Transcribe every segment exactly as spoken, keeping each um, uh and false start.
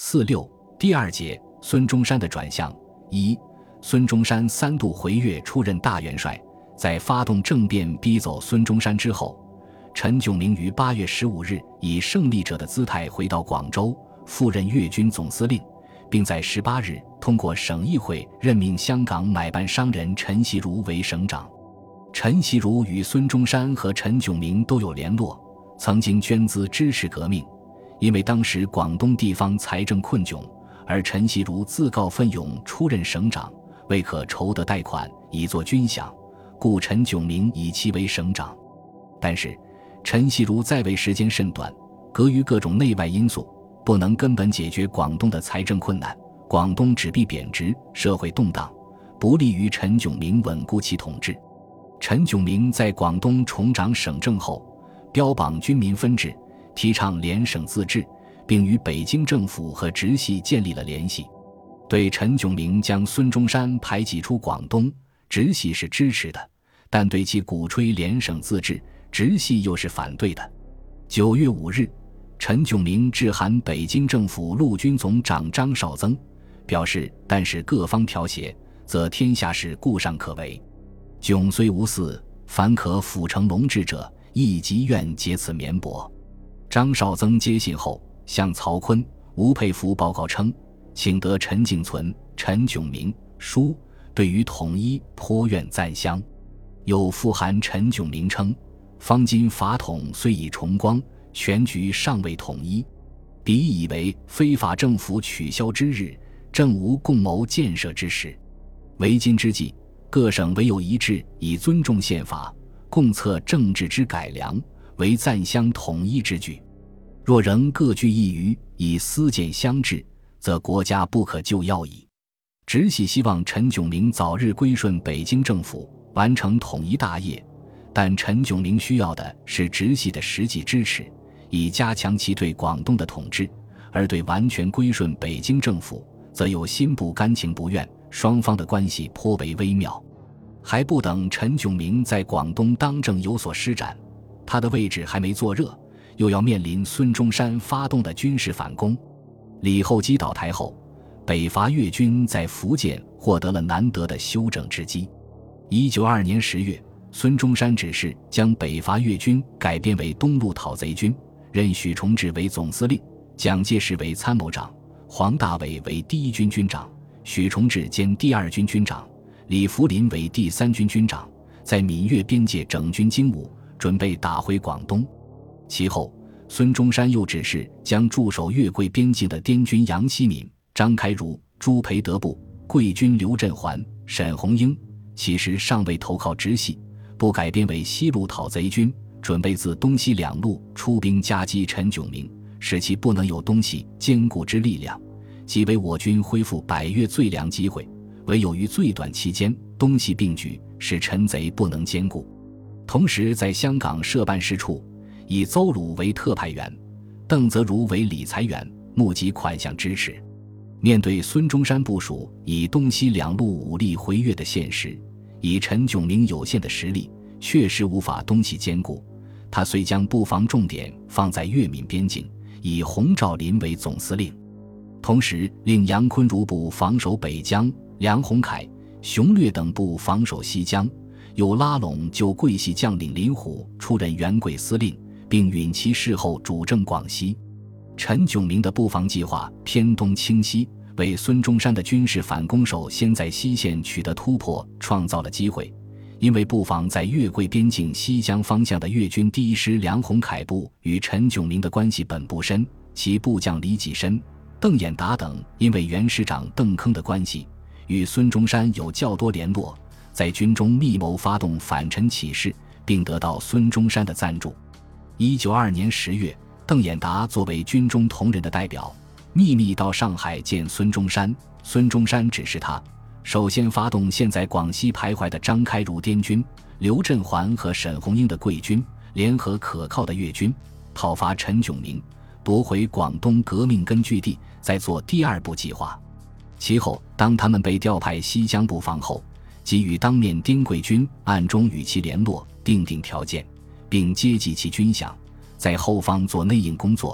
四六第二节孙中山的转向。一、孙中山三度回粤出任大元帅，在发动政变逼走孙中山之后，陈炯明于八月十五日以胜利者的姿态回到广州，赴任粤军总司令，并在十八日通过省议会任命香港买办商人陈锡如为省长。陈锡如与孙中山和陈炯明都有联络，曾经捐资支持革命。因为当时广东地方财政困窘，而陈锡如自告奋勇出任省长，未可筹得贷款以作军饷，故陈炯明以其为省长。但是陈锡如在位时间甚短，隔于各种内外因素，不能根本解决广东的财政困难，广东纸币贬值，社会动荡，不利于陈炯明稳固其统治。陈炯明在广东重掌省政后，标榜军民分治，提倡联省自治，并与北京政府和直系建立了联系。对陈炯明将孙中山排挤出广东，直系是支持的，但对其鼓吹联省自治，直系又是反对的。九月五日，陈炯明致函北京政府陆军总长张绍曾，表示但是各方调协，则天下事固尚可为。迥虽无嗣，凡可辅成龙志者，亦即愿借此绵薄。张绍曾接信后，向曹锟、吴佩孚报告称，请得陈景存、陈炯明书，对于统一颇愿赞襄。又复函陈炯明称，方今法统虽已重光，全局尚未统一，彼以为非法政府取消之日，正无共谋建设之时。为今之计，各省唯有一致，以尊重宪法，共策政治之改良，为赞襄统一之举。若仍各据一隅，以私见相治，则国家不可救药矣。直系希望陈炯明早日归顺北京政府，完成统一大业，但陈炯明需要的是直系的实际支持，以加强其对广东的统治，而对完全归顺北京政府，则有心不甘情不愿，双方的关系颇为微妙。还不等陈炯明在广东当政有所施展，他的位置还没坐热，又要面临孙中山发动的军事反攻。李厚基倒台后，北伐粤军在福建获得了难得的休整之机。一九二二年十月，孙中山指示将北伐粤军改编为东路讨贼军，任许崇智为总司令，蒋介石为参谋长，黄大炜为第一军军长，许崇智兼第二军军长，李福林为第三军军长，在闽粤边界整军精武，准备打回广东。其后，孙中山又指示将驻守粤桂边境的滇军杨希敏、张开儒、朱培德部、桂军刘振环、沈鸿英，其实尚未投靠直系，不改编为西路讨贼军，准备自东西两路出兵夹击陈炯明，使其不能有东西坚固之力量，即为我军恢复百越最良机会。唯有于最短期间东西并举，使陈贼不能兼顾。同时在香港设办事处，以邹鲁为特派员，邓泽如为理财员，募集款项支持。面对孙中山部署以东西两路武力回粤的现实，以陈炯明有限的实力，确实无法东西兼顾。他遂将布防重点放在粤闽边境，以洪兆麟为总司令，同时令杨坤如部防守北江，梁鸿楷、熊略等部防守西江，又拉拢旧桂系将领林虎出任原桂司令，并允其事后主政广西。陈炯明的布防计划偏东倾西，为孙中山的军事反攻手先在西线取得突破创造了机会。因为布防在粤桂边境西江方向的粤军第一师梁鸿楷部与陈炯明的关系本不深，其部将李济深、邓演达等因为原师长邓铿的关系，与孙中山有较多联络，在军中密谋发动反陈起事，并得到孙中山的赞助。一九二二年十月，邓演达作为军中同仁的代表，秘密到上海见孙中山。孙中山指示他，首先发动现在广西徘徊的张开儒滇军、刘振环和沈鸿英的桂军，联合可靠的粤军，讨伐陈炯明，夺回广东革命根据地，再做第二步计划。其后当他们被调派西江布防后，即与当面滇桂军暗中与其联络，订定条件，并接济其军饷，在后方做内应工作，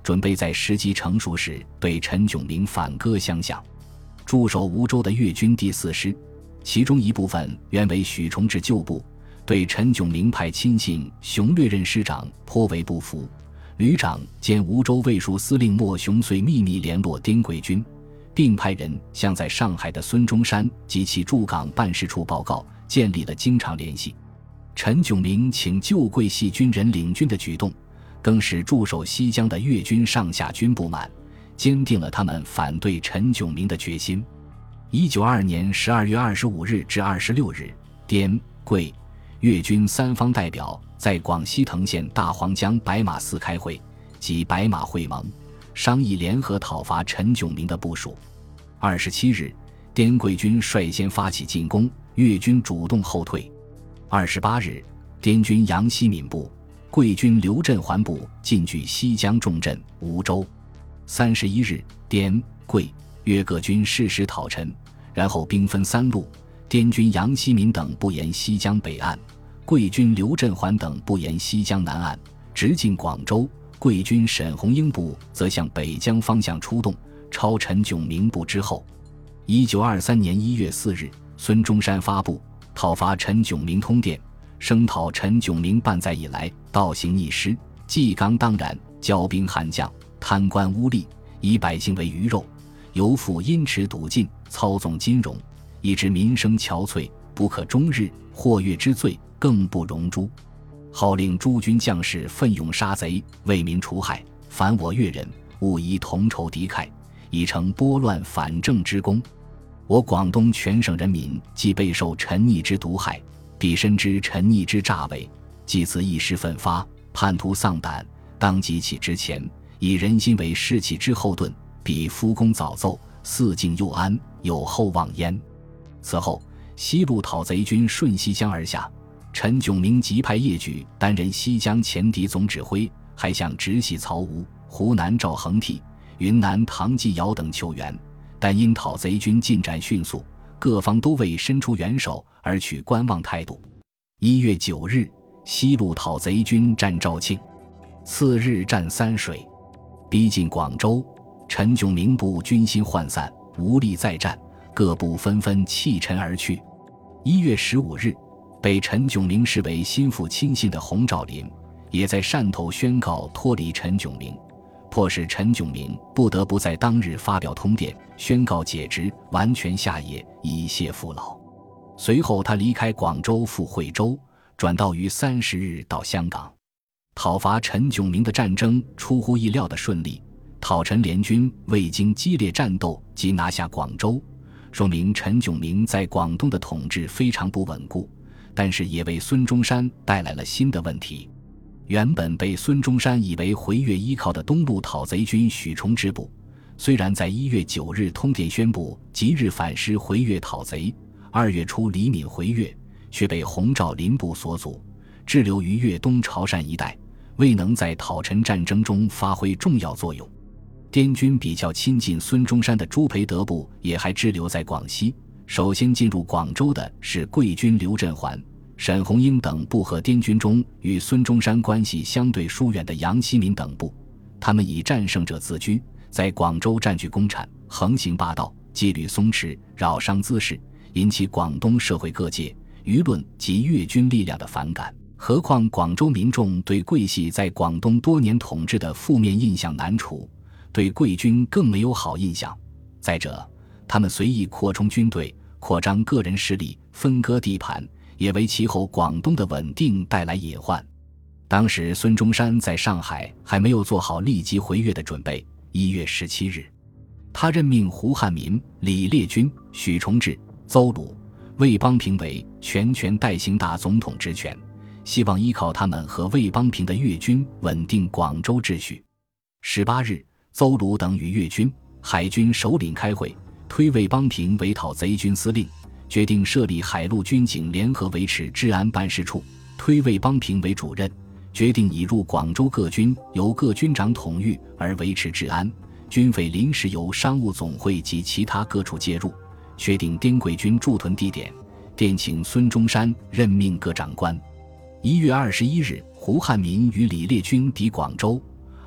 准备在时机成熟时对陈炯明反戈相向。驻守梧州的粤军第四师，其中一部分原为许崇智旧部，对陈炯明派亲信熊略任师长颇为不服。旅长兼梧州卫戍司令莫雄遂秘密联络滇桂军，并派人向在上海的孙中山及其驻港办事处报告，建立了经常联系。陈炯明请旧桂系军人领军的举动，更使驻守西江的粤军上下军不满，坚定了他们反对陈炯明的决心。一九二二年十二月二十五日至二十六日，滇桂粤军三方代表在广西藤县大黄江白马寺开会，即白马会盟，商议联合讨伐陈炯明的部署。二十七日，滇桂军率先发起进攻，粤军主动后退。二十八日，滇军杨希敏部、桂军刘振环部进据西江重镇梧州。三十一日，滇桂粤各军誓师讨陈，然后兵分三路，滇军杨希敏等部沿西江北岸，桂军刘振环等部沿西江南岸，直进广州。桂军沈鸿英部则向北江方向出动，超陈炯明部之后。一九二三年一月四日，孙中山发布讨伐陈炯明通电，声讨陈炯明半载以来倒行逆施，纪纲当然，骄兵悍将，贪官污吏，以百姓为鱼肉，由父因持笃进，操纵金融，以致民生憔悴，不可终日，或越之罪，更不容诛。号令诸军将士奋勇杀贼，为民除害，凡我粤人，勿以同仇敌忾，以成拨乱反正之功。我广东全省人民既备受陈逆之毒害，必深知陈逆之诈伪，即此一时奋发，叛徒丧胆，当急起之前，以人心为士气之后盾，必夫功早奏，四境又安，有厚望焉。此后，西路讨贼军顺西江而下，陈炯明即派叶举担任西江前敌总指挥，还向直系曹吴、湖南赵恒惕、云南唐继尧等求援，但因讨贼军进展迅速，各方都未伸出援手，而取观望态度。一月九日，西路讨贼军战肇庆，次日战三水，逼近广州，陈炯明部军心涣散，无力再战，各部纷纷弃陈而去。一月十五日，被陈炯明视为心腹亲信的洪兆麟也在汕头宣告脱离陈炯明，迫使陈炯明不得不在当日发表通电，宣告解职，完全下野，以谢父老。随后他离开广州赴惠州，转道于三十日到香港。讨伐陈炯明的战争出乎意料的顺利，讨陈联军未经激烈战斗即拿下广州，说明陈炯明在广东的统治非常不稳固，但是也为孙中山带来了新的问题。原本被孙中山以为回粤依靠的东路讨贼军许崇智部，虽然在一月九日通电宣布即日反师回粤讨贼，二月初李敏回粤，却被洪兆麟部所阻，滞留于粤东潮汕一带，未能在讨陈战争中发挥重要作用。滇军比较亲近孙中山的朱培德部也还滞留在广西，首先进入广州的是桂军刘振环、沈鸿英等部和滇军中与孙中山关系相对疏远的杨希敏等部，他们以战胜者自居，在广州占据公产，横行霸道，纪律松弛，扰伤滋事，引起广东社会各界、舆论及粤军力量的反感。何况广州民众对桂系在广东多年统治的负面印象难除，对桂军更没有好印象。再者，他们随意扩充军队，扩张个人势力，分割地盘，也为其后广东的稳定带来隐患。当时孙中山在上海还没有做好立即回粤的准备。一月十七日，他任命胡汉民、李烈钧、许崇智、邹鲁、魏邦平为全权代行大总统职权，希望依靠他们和魏邦平的粤军稳定广州秩序。十八日，邹鲁等与粤军、海军首领开会，推魏邦平为讨贼军司令，决定设立海陆军警联合维持治安办事处，推魏邦平为主任，决定以入广州各军由各军长统御而维持治安，军费临时由商务总会及其他各处介入，确定滇桂军驻屯地点，电请孙中山任命各长官。一月二十一日，胡汉民与李烈钧抵广州。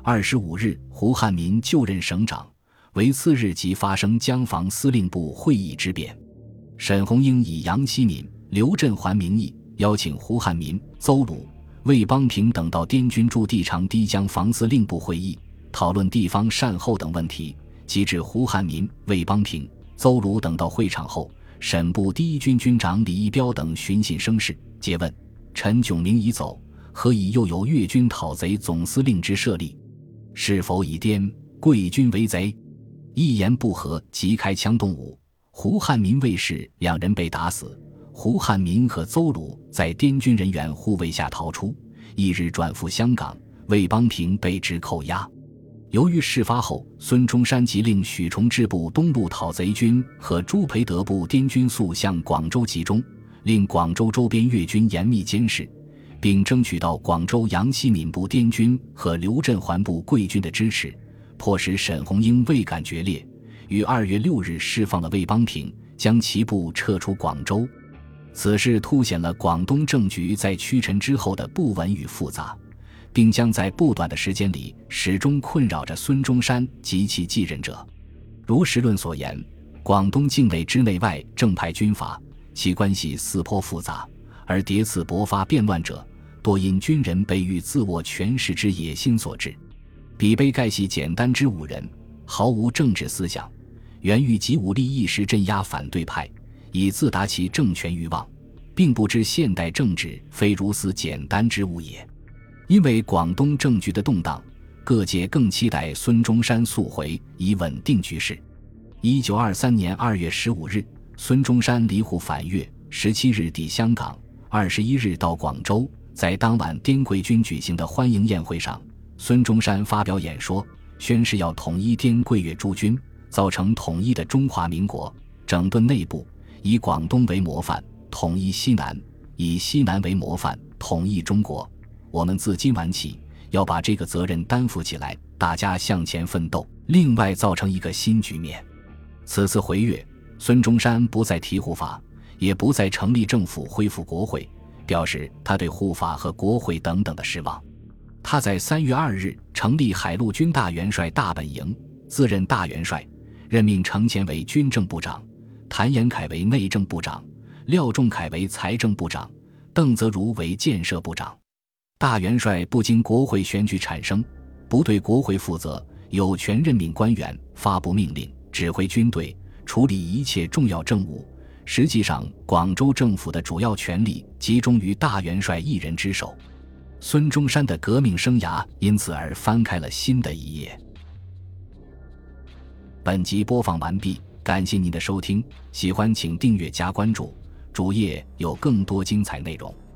二十五日，胡汉民就任省长，为次日即发生江防司令部会议之变。沈鸿英以杨希闵、刘振环名义邀请胡汉民、邹鲁、魏邦平等到滇军驻地长堤江防司令部会议，讨论地方善后等问题。及至胡汉民、魏邦平、邹鲁等到会场后，沈部第一军军长李义标等寻衅生事，诘问陈炯明已走，何以又有粤军讨贼总司令之设立？是否以滇贵军为贼？一言不合即开枪动武，胡汉民、魏氏两人被打死。胡汉民和邹鲁在滇军人员护卫下逃出，翌日转赴香港。魏邦平被指扣押。由于事发后，孙中山即令许崇智部东路讨贼军和朱培德部滇军速向广州集中，令广州周边粤军严密监视，并争取到广州杨希闵部滇军和刘振环部桂军的支持，迫使沈鸿英未敢决裂，于二月六日释放了魏邦平，将其部撤出广州。此事凸显了广东政局在屈臣之后的不稳与复杂，并将在不短的时间里始终困扰着孙中山及其继任者。如时论所言，广东境内之内外正派军阀，其关系似颇复杂，而迭次勃发变乱者，多因军人被欲自握权势之野心所致。比卑盖系简单之五人，毫无政治思想，原欲集武力一时镇压反对派，以自达其政权欲望，并不知现代政治非如此简单之物也。因为广东政局的动荡，各界更期待孙中山速回，以稳定局势。一九二三年二月十五日，孙中山离沪返粤，十七日抵香港，二十一日到广州。在当晚滇桂军举行的欢迎宴会上，孙中山发表演说，宣誓要统一滇桂粤诸军，造成统一的中华民国，整顿内部，以广东为模范，统一西南，以西南为模范，统一中国。我们自今晚起要把这个责任担负起来，大家向前奋斗。另外造成一个新局面。此次回粤，孙中山不再提护法，也不再成立政府恢复国会，表示他对护法和国会等等的失望。他在三月二日成立海陆军大元帅大本营，自任大元帅，任命程潜为军政部长，谭延闿为内政部长，廖仲恺为财政部长，邓泽如为建设部长。大元帅不经国会选举产生，不对国会负责，有权任命官员，发布命令，指挥军队，处理一切重要政务。实际上，广州政府的主要权力集中于大元帅一人之手。孙中山的革命生涯因此而翻开了新的一页。本集播放完毕，感谢您的收听，喜欢请订阅加关注，主页有更多精彩内容。